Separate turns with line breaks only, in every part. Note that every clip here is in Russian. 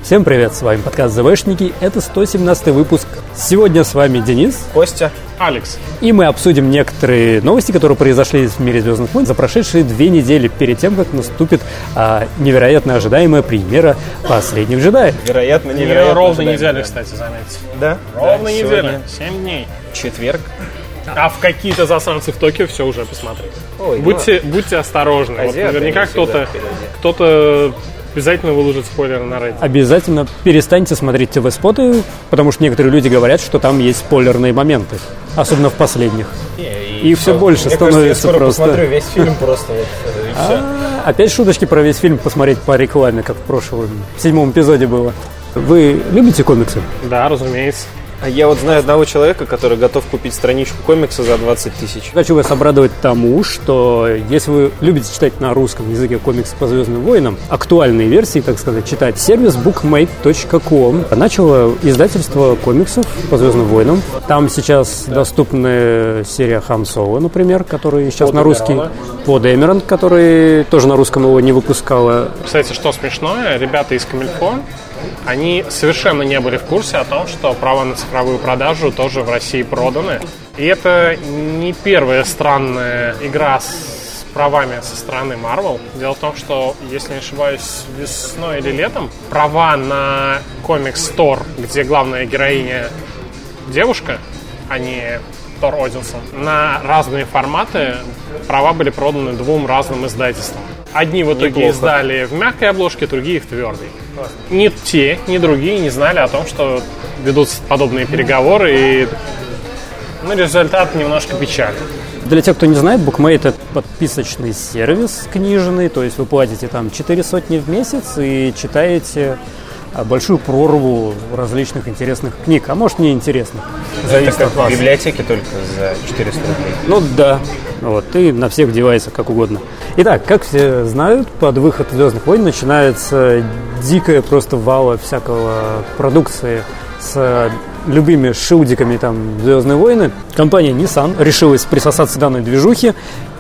Всем привет, с вами подкаст ЗВшники, это 117 выпуск. Сегодня с вами Денис,
Костя,
Алекс.
И мы обсудим некоторые новости, которые произошли в мире «Звездных войн» за прошедшие 2 недели перед тем, как наступит невероятно ожидаемая премьера «Последних джедаев».
Невероятно
Ровно неделя, кстати, заметьте.
Да?
Ровно неделя, 7 дней.
Четверг.
А в какие-то засранцы в Токио все уже посмотрели.
Ой,
будьте осторожны. Вот наверняка кто-то обязательно выложит спойлеры на Reddit.
Обязательно перестаньте смотреть ТВ-споты, потому что некоторые люди говорят, что там есть спойлерные моменты. Особенно в последних. И все больше становится
я скоро
просто...
посмотрю весь фильм просто вот, и все.
Опять шуточки про весь фильм посмотреть по рекламе, как в прошлом, в 7 эпизоде было. Вы любите комиксы?
Да, разумеется.
А я вот знаю одного человека, который готов купить страничку комикса за 20 тысяч.
Хочу вас обрадовать тому, что если вы любите читать на русском языке комиксы по «Звездным войнам», актуальные версии, так сказать, читать, сервис bookmate.com начало издательство комиксов по «Звездным войнам». Там сейчас доступна серия Хан Соло, например, который сейчас на русский. Под Эмерон, который тоже на русском его не выпускала.
Кстати, что смешное, ребята из Комильфо, они совершенно не были в курсе о том, что права на цифровую продажу тоже в России проданы. И это не первая странная игра с правами со стороны Marvel. Дело в том, что, если не ошибаюсь, весной или летом права на комикс Тор, где главная героиня девушка, а не Тор Одинсон, на разные форматы права были проданы 2 разным издательствам. Одни в итоге издали в мягкой обложке, другие в твердой. Ни те, ни другие не знали о том, что ведутся подобные переговоры, и результат немножко печальный.
Для тех, кто не знает, Bookmate — это подписочный сервис книжный, то есть вы платите там 400 в месяц и читаете большую прорву различных интересных книг, а может, неинтересных.
Зависит от вас. В библиотеке только за 400 рублей.
Ну да, вот, и на всех девайсах как угодно. Итак, как все знают, под выход «Звездных войн» начинается дикая просто вала всякого продукции с любыми шилдиками там «Звездные войны». Компания Nissan решилась присосаться к данной движухе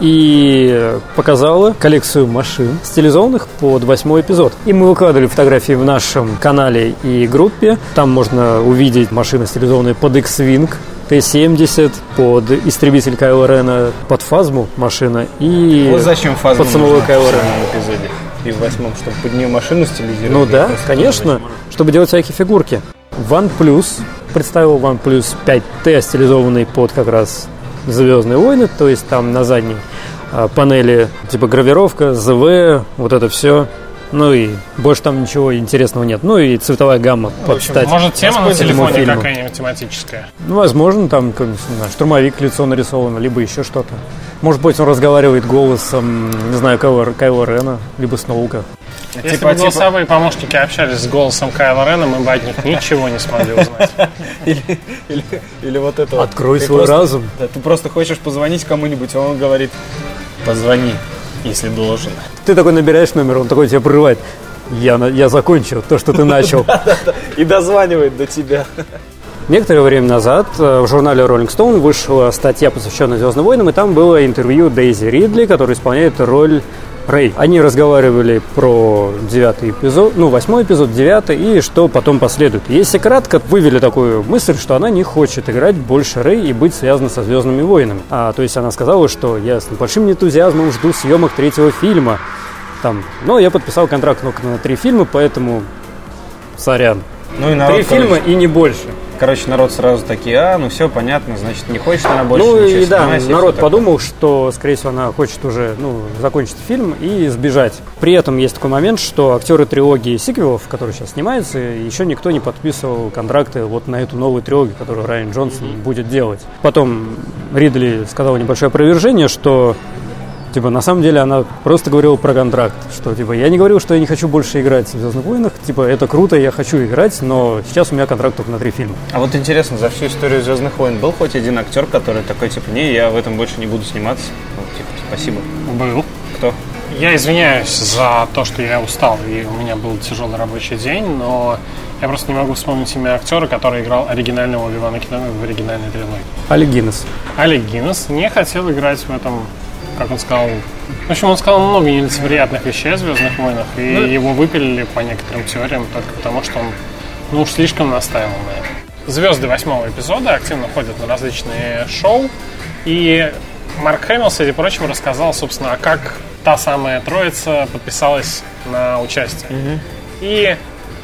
и показала коллекцию машин, стилизованных под 8 эпизод. И мы выкладывали фотографии в нашем канале и группе. Там можно увидеть машины, стилизованные под X-Wing, Т-70, под истребитель Кайло Рена, под Фазму машина и
вот зачем Фазму
под самого Кайло Рена.
В эпизоде и в 8, чтобы под нее машину стилизировать.
Ну да, конечно, чтобы делать всякие фигурки. OnePlus представил OnePlus 5T, стилизованный под как раз «Звездные войны», то есть там на задней панели типа гравировка, ЗВ, вот это все. Ну и больше там ничего интересного нет. Ну и цветовая гамма под стать.
Может, тема на телефоне какая-нибудь тематическая?
Ну, возможно, там штурмовик, лицо нарисовано, либо еще что-то. Может быть, он разговаривает голосом, не знаю, Кайло Рена, либо Сноука.
Если бы голосовые помощники общались с голосом Кайло Рена, мы бы от них ничего не смогли узнать.
Или вот это.
Открой свой разум.
Ты просто хочешь позвонить кому-нибудь, а он говорит: позвони, если должен.
Ты такой набираешь номер, он такой тебя прерывает. Я закончил то, что ты начал.
И дозванивает до тебя.
Некоторое время назад в журнале Rolling Stone вышла статья, посвященная «Звездным войнам», и там было интервью Дейзи Ридли, которая исполняет роль Рэй. Они разговаривали про 9 эпизод, 8 эпизод, 9, и что потом последует. Если кратко, вывели такую мысль, что она не хочет играть больше Рэй и быть связана со «Звездными войнами». То есть она сказала, что я с большим энтузиазмом жду съемок 3-го фильма. Но я подписал контракт только на 3 фильма, поэтому сорян. 3 фильма и не больше.
Народ сразу такие: все понятно, значит, не хочет она больше ничего
и
снимать.
Да, народ подумал, что, скорее всего, она хочет уже закончить фильм и сбежать. При этом есть такой момент, что актеры трилогии сиквелов, которые сейчас снимаются, еще никто не подписывал контракты вот на эту новую трилогию, которую Райан Джонсон будет делать. Потом Ридли сказала небольшое опровержение, что на самом деле она просто говорила про контракт, что, я не говорил, что я не хочу больше играть в «Звездных войнах», это круто, я хочу играть, но сейчас у меня контракт только на 3 фильма.
А вот интересно, за всю историю «Звездных войн» был хоть один актер, который такой, не, я в этом больше не буду сниматься? Спасибо.
Был.
Кто?
Я извиняюсь за то, что я устал, и у меня был тяжелый рабочий день, но я просто не могу вспомнить имя актера, который играл оригинального Оби-Вана Кеноби в оригинальной трилогии.
Алек Гиннес.
Алек Гиннес не хотел играть в этом как он сказал... В общем, он сказал много нелицеприятных вещей о «Звездных войнах», и его выпилили по некоторым теориям только потому, что он уж слишком настаивал на этом. Звезды 8-го эпизода активно ходят на различные шоу, и Марк Хэмилл, среди прочего, рассказал, собственно, как та самая троица подписалась на участие. И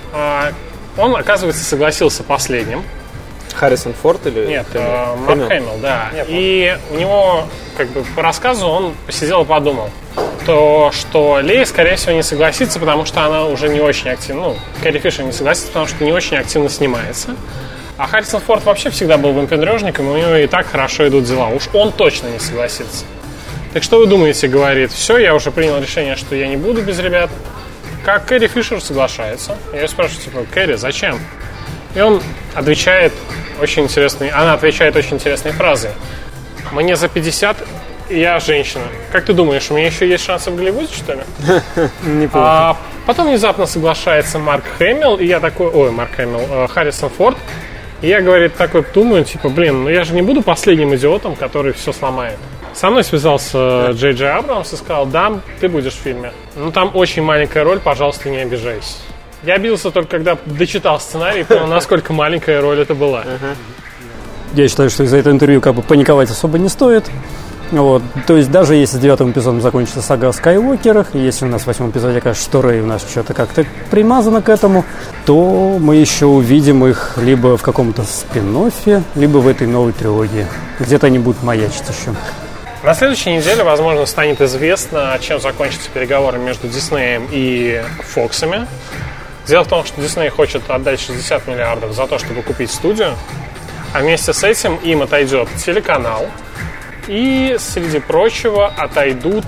он, оказывается, согласился последним.
Харрисон Форд или...
Нет, Марк Хэмилл, да. И у него, как бы, по рассказу он посидел и подумал, что Лея, скорее всего, не согласится, потому что она уже не очень активно... Ну, Кэрри Фишер не согласится, потому что не очень активно снимается. А Харрисон Форд вообще всегда был выпендрежником, и у него и так хорошо идут дела. Уж он точно не согласится. Так что вы думаете, говорит, все, я уже принял решение, что я не буду без ребят. Как Кэрри Фишер соглашается. Я ее спрашиваю, типа, Кэрри, зачем? И он отвечает она отвечает очень интересной фразой. Мне за 50, и я женщина. Как ты думаешь, у меня еще есть шансы в Голливуде, что ли?
Неплохо.
Потом внезапно соглашается Марк Хэмилл, и я такой, Харрисон Форд. И я, говорит, такой думаю, типа, я же не буду последним идиотом, который все сломает. Со мной связался Джей Джей Абрамс и сказал, да, ты будешь в фильме. Но там очень маленькая роль, пожалуйста, не обижайся. Я обиделся только, когда дочитал сценарий и понял, насколько маленькая роль это была.
Я считаю, что из-за этого интервью как бы паниковать особо не стоит. Вот. То есть даже если с 9-м эпизодом закончится сага о Скайуокерах, и если у нас в 8-м эпизоде окажется, что Рэй у нас что-то как-то примазано к этому, то мы еще увидим их либо в каком-то спин-оффе, либо в этой новой трилогии. Где-то они будут маячить еще.
На следующей неделе, возможно, станет известно, чем закончатся переговоры между Диснеем и Фоксами. Дело в том, что Дисней хочет отдать 60 миллиардов за то, чтобы купить студию, а вместе с этим им отойдет телеканал, и, среди прочего, отойдут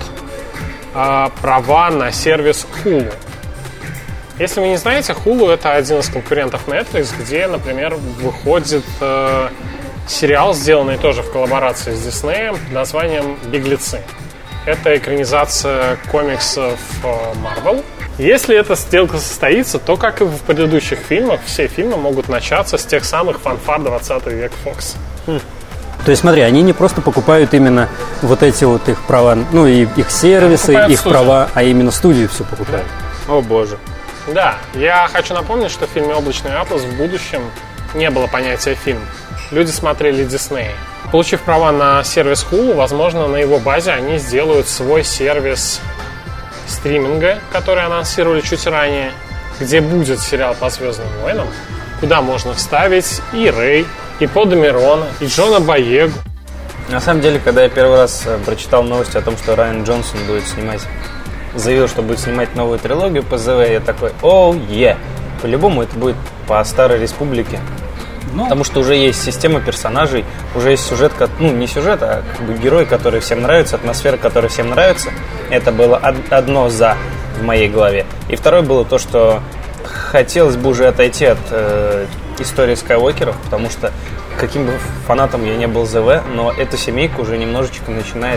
права на сервис Hulu. Если вы не знаете, Hulu — это один из конкурентов Netflix, где, например, выходит сериал, сделанный тоже в коллаборации с Диснеем, под названием «Беглецы». Это экранизация комиксов Marvel. Если эта сделка состоится, то, как и в предыдущих фильмах, все фильмы могут начаться с тех самых фанфар 20 век Fox.
То есть, смотри, они не просто покупают именно вот эти вот их права, ну и их сервисы, их студию. Права, а именно студию все покупают.
О боже.
Да, я хочу напомнить, что в фильме «Облачный атлас» в будущем не было понятия «фильм». Люди смотрели Дисней. Получив права на сервис Hulu, возможно, на его базе они сделают свой сервис стриминга, который анонсировали чуть ранее, где будет сериал по «Звездным войнам», куда можно вставить и Рэй, и Пода Мирона, и Джона Боегу.
На самом деле, когда я первый раз прочитал новость о том, что Райан Джонсон заявил, что будет снимать новую трилогию по ЗВ, я такой, по-любому это будет по Старой Республике. Потому что уже есть система персонажей, уже есть сюжет, не сюжет, а как бы герой, который всем нравится, атмосфера, которая всем нравится. Это было одно «за» в моей голове. И второе было то, что хотелось бы уже отойти от истории Скайуокеров, потому что каким бы фанатом я не был ЗВ, но эта семейка уже немножечко начинает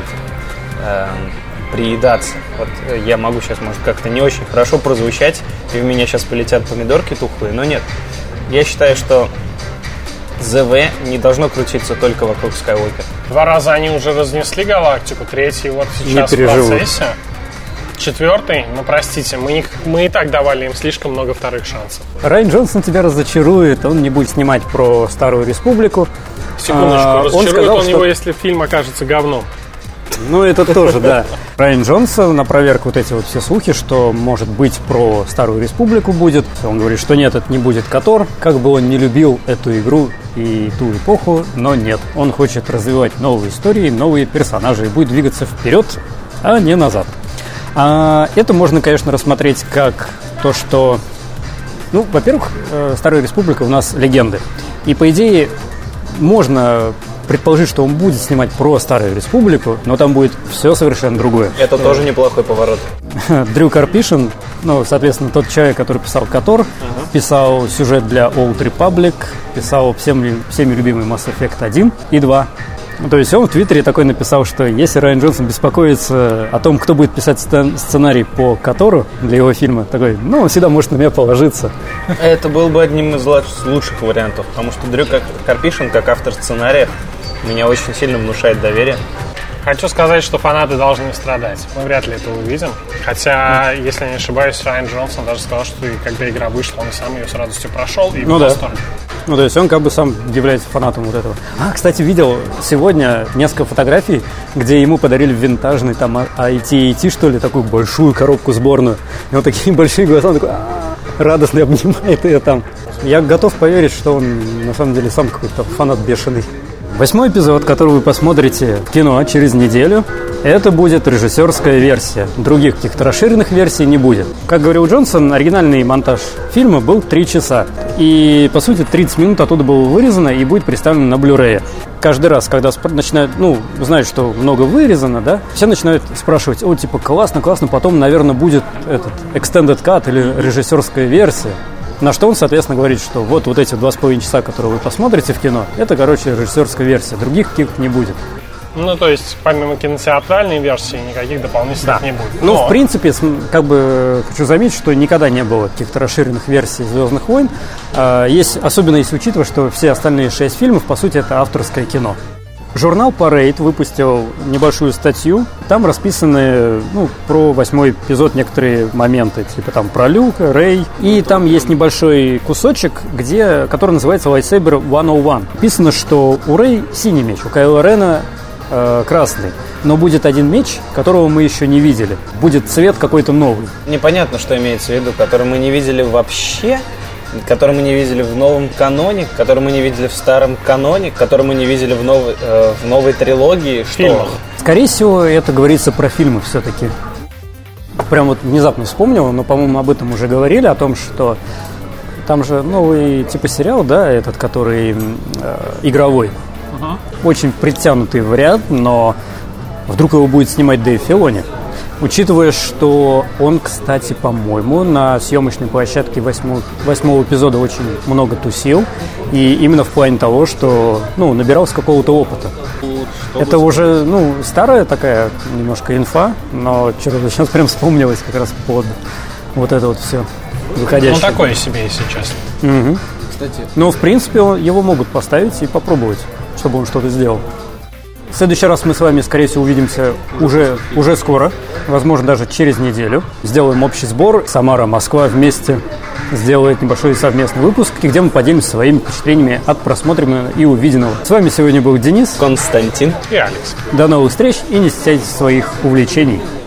приедаться. Вот я могу сейчас, может, как-то не очень хорошо прозвучать, и в меня сейчас полетят помидорки тухлые, но нет. Я считаю, что ЗВ не должно крутиться только вокруг Скайуокера.
2 раза они уже разнесли галактику, 3-й вот сейчас в процессе. 4-й, простите, мы и так давали им слишком много вторых шансов.
Райан Джонсон тебя разочарует, он не будет снимать про Старую Республику.
Секундочку, разочарует он его, если фильм окажется говном.
Ну, это тоже, да. Райан Джонсон опроверг вот эти вот все слухи, что, может быть, про Старую Республику будет. Он говорит, что нет, это не будет Котор. Как бы он не любил эту игру и ту эпоху, но нет. Он хочет развивать новые истории, новые персонажи и будет двигаться вперед, а не назад. Это можно, конечно, рассмотреть как то, что... во-первых, Старая Республика у нас легенды. И, по идее, можно предположить, что он будет снимать про Старую Республику, но там будет все совершенно другое.
Это тоже неплохой поворот.
Дрю Карпишин, соответственно, тот человек, который писал «Котор», писал сюжет для Old Republic, писал всеми любимый Mass Effect 1 и 2. То есть он в Твиттере такой написал, что если Райан Джонсон беспокоится о том, кто будет писать сценарий по Котору для его фильма, такой, он всегда может на меня положиться.
Это был бы одним из лучших вариантов, потому что Дрю Карпишин, как автор сценария, меня очень сильно внушает доверие.
Хочу сказать, что фанаты должны страдать. Мы вряд ли это увидим. Хотя, если я не ошибаюсь, Райан Джонсон даже сказал, что когда игра вышла, он сам ее с радостью прошел и в восторге.
Ну, то есть он как бы сам является фанатом вот этого. Кстати, видел сегодня несколько фотографий, где ему подарили винтажный там IT, что ли, такую большую коробку сборную. И вот такие большие глаза, он такой радостно обнимает ее там. Я готов поверить, что он на самом деле сам какой-то фанат бешеный. 8-й эпизод, который вы посмотрите в кино через неделю, это будет режиссерская версия. Других каких-то расширенных версий не будет. Как говорил Джонсон, оригинальный монтаж фильма был 3 часа. И, по сути, 30 минут оттуда было вырезано и будет представлено на Blu-ray. Каждый раз, когда начинают, знают, что много вырезано, да, все начинают спрашивать, типа, классно, потом, наверное, будет этот extended cut или режиссерская версия. На что он, соответственно, говорит, что вот эти 2,5 часа, которые вы посмотрите в кино, это, режиссерская версия. Других каких-то не будет.
То есть, помимо кинотеатральной версии, никаких дополнительных не будет.
В принципе, хочу заметить, что никогда не было каких-то расширенных версий «Звездных войн». Есть, особенно если учитывать, что все остальные 6 фильмов, по сути, это авторское кино. Журнал Parade выпустил небольшую статью. Там расписаны, про 8-й эпизод некоторые моменты, типа там про Люка, Рэй. И там есть небольшой кусочек, который называется Lightsaber 101. Написано, что у Рэй синий меч, у Кайло Рена красный. Но будет один меч, которого мы еще не видели. Будет цвет какой-то новый.
Непонятно, что имеется в виду, который мы не видели вообще. Который мы не видели в новом каноне, который мы не видели в старом каноне, который мы не видели в новой трилогии. Что?
Скорее всего, это говорится про фильмы все-таки. Прям внезапно вспомнил, но, по-моему, об этом уже говорили, о том, что там же новый типа сериал, да, этот, который игровой. Очень притянутый вариант, но вдруг его будет снимать Дэйв Филони. Учитывая, что он, кстати, по-моему, на съемочной площадке 8-го эпизода очень много тусил. И именно в плане того, что набирался какого-то опыта. Это уже старая такая немножко инфа, но что-то сейчас прям вспомнилось как раз под вот это вот все выходящее.
Такое себе, если честно.
Угу. Кстати. В принципе, его могут поставить и попробовать, чтобы он что-то сделал. В следующий раз мы с вами, скорее всего, увидимся уже скоро, возможно, даже через неделю. Сделаем общий сбор. Самара, Москва вместе сделает небольшой совместный выпуск, где мы поделимся своими впечатлениями от просмотренного и увиденного. С вами сегодня был Денис,
Константин
и Алекс.
До новых встреч и не стесняйтесь своих увлечений.